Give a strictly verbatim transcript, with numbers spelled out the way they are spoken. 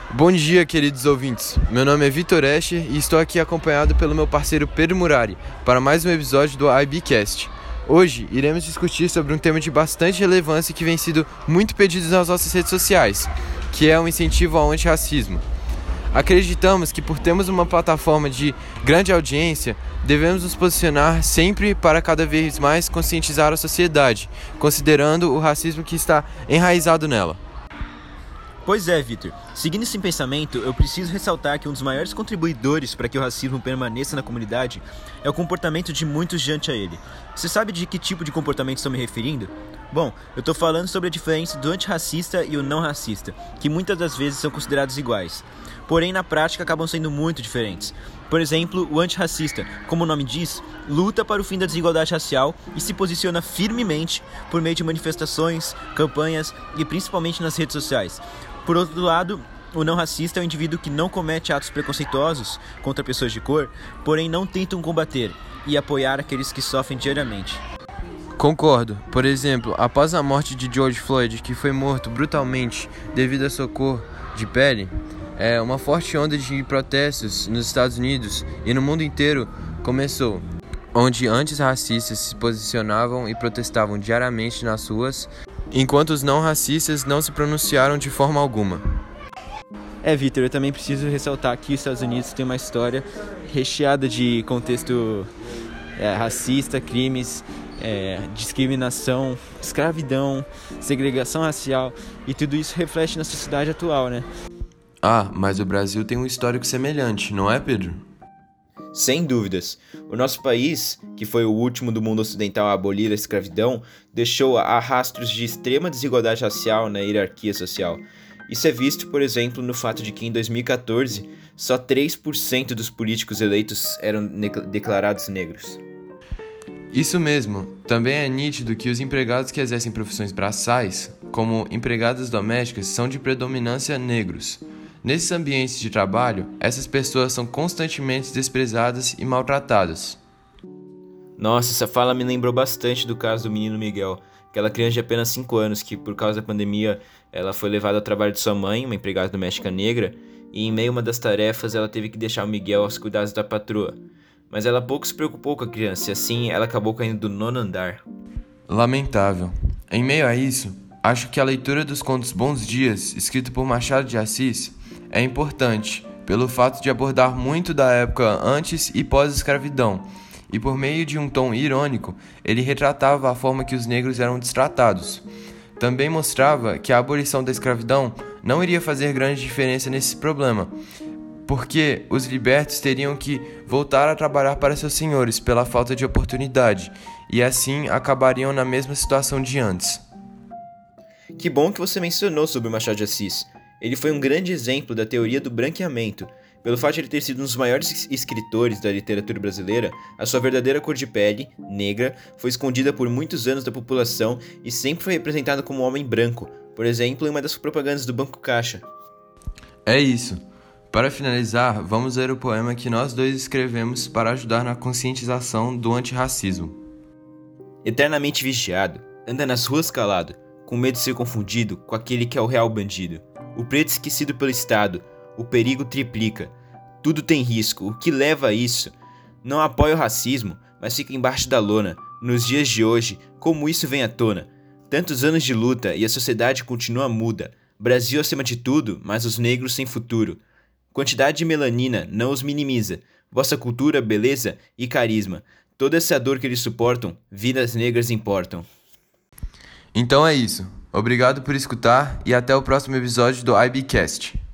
Bom dia, queridos ouvintes. Meu nome é Vitor Escher e estou aqui acompanhado pelo meu parceiro Pedro Murari para mais um episódio do IBcast. Hoje iremos discutir sobre um tema de bastante relevância que vem sido muito pedido nas nossas redes sociais, que é o incentivo ao antirracismo. Acreditamos que por termos uma plataforma de grande audiência, devemos nos posicionar sempre para cada vez mais conscientizar a sociedade, considerando o racismo que está enraizado nela. Pois é, Vitor. Seguindo esse pensamento, eu preciso ressaltar que um dos maiores contribuidores para que o racismo permaneça na comunidade é o comportamento de muitos diante a ele. Você sabe de que tipo de comportamento estou me referindo? Bom, eu estou falando sobre a diferença do antirracista e o não racista, que muitas das vezes são considerados iguais. Porém, na prática, acabam sendo muito diferentes. Por exemplo, o antirracista, como o nome diz, luta para o fim da desigualdade racial e se posiciona firmemente por meio de manifestações, campanhas e principalmente nas redes sociais. Por outro lado, o não racista é um indivíduo que não comete atos preconceituosos contra pessoas de cor, porém não tentam combater e apoiar aqueles que sofrem diariamente. Concordo. Por exemplo, após a morte de George Floyd, que foi morto brutalmente devido à sua cor de pele, é, uma forte onda de protestos nos Estados Unidos e no mundo inteiro começou, onde antirracistas se posicionavam e protestavam diariamente nas ruas, enquanto os não racistas não se pronunciaram de forma alguma. É, Vitor, eu também preciso ressaltar que os Estados Unidos tem uma história recheada de contexto é, racista, crimes, é, discriminação, escravidão, segregação racial, e tudo isso reflete na sociedade atual, né? Ah, mas o Brasil tem um histórico semelhante, não é, Pedro? Sem dúvidas. O nosso país, que foi o último do mundo ocidental a abolir a escravidão, deixou a rastros de extrema desigualdade racial na hierarquia social. Isso é visto, por exemplo, no fato de que em dois mil e catorze, só três por cento dos políticos eleitos eram ne- declarados negros. Isso mesmo. Também é nítido que os empregados que exercem profissões braçais, como empregadas domésticas, são de predominância negros. Nesses ambientes de trabalho, essas pessoas são constantemente desprezadas e maltratadas. Nossa, essa fala me lembrou bastante do caso do menino Miguel, aquela criança de apenas cinco anos que, por causa da pandemia, ela foi levada ao trabalho de sua mãe, uma empregada doméstica negra, e em meio a uma das tarefas ela teve que deixar o Miguel aos cuidados da patroa. Mas ela pouco se preocupou com a criança e assim ela acabou caindo do nono andar. Lamentável. Em meio a isso, acho que a leitura dos contos Bons Dias, escrito por Machado de Assis, é importante, pelo fato de abordar muito da época antes e pós-escravidão, e por meio de um tom irônico, ele retratava a forma que os negros eram destratados. Também mostrava que a abolição da escravidão não iria fazer grande diferença nesse problema, porque os libertos teriam que voltar a trabalhar para seus senhores pela falta de oportunidade, e assim acabariam na mesma situação de antes. Que bom que você mencionou sobre o Machado de Assis. Ele foi um grande exemplo da teoria do branqueamento. Pelo fato de ele ter sido um dos maiores escritores da literatura brasileira, a sua verdadeira cor de pele, negra, foi escondida por muitos anos da população e sempre foi representado como um homem branco, por exemplo, em uma das propagandas do Banco Caixa. É isso. Para finalizar, vamos ler o poema que nós dois escrevemos para ajudar na conscientização do antirracismo. Eternamente vigiado, anda nas ruas calado, com medo de ser confundido com aquele que é o real bandido. O preto esquecido pelo Estado, o perigo triplica. Tudo tem risco, o que leva a isso? Não apoia o racismo, mas fica embaixo da lona. Nos dias de hoje, como isso vem à tona? Tantos anos de luta e a sociedade continua muda. Brasil acima de tudo, mas os negros sem futuro. Quantidade de melanina não os minimiza. Vossa cultura, beleza e carisma. Toda essa dor que eles suportam, vidas negras importam. Então é isso. Obrigado por escutar e até o próximo episódio do IBcast.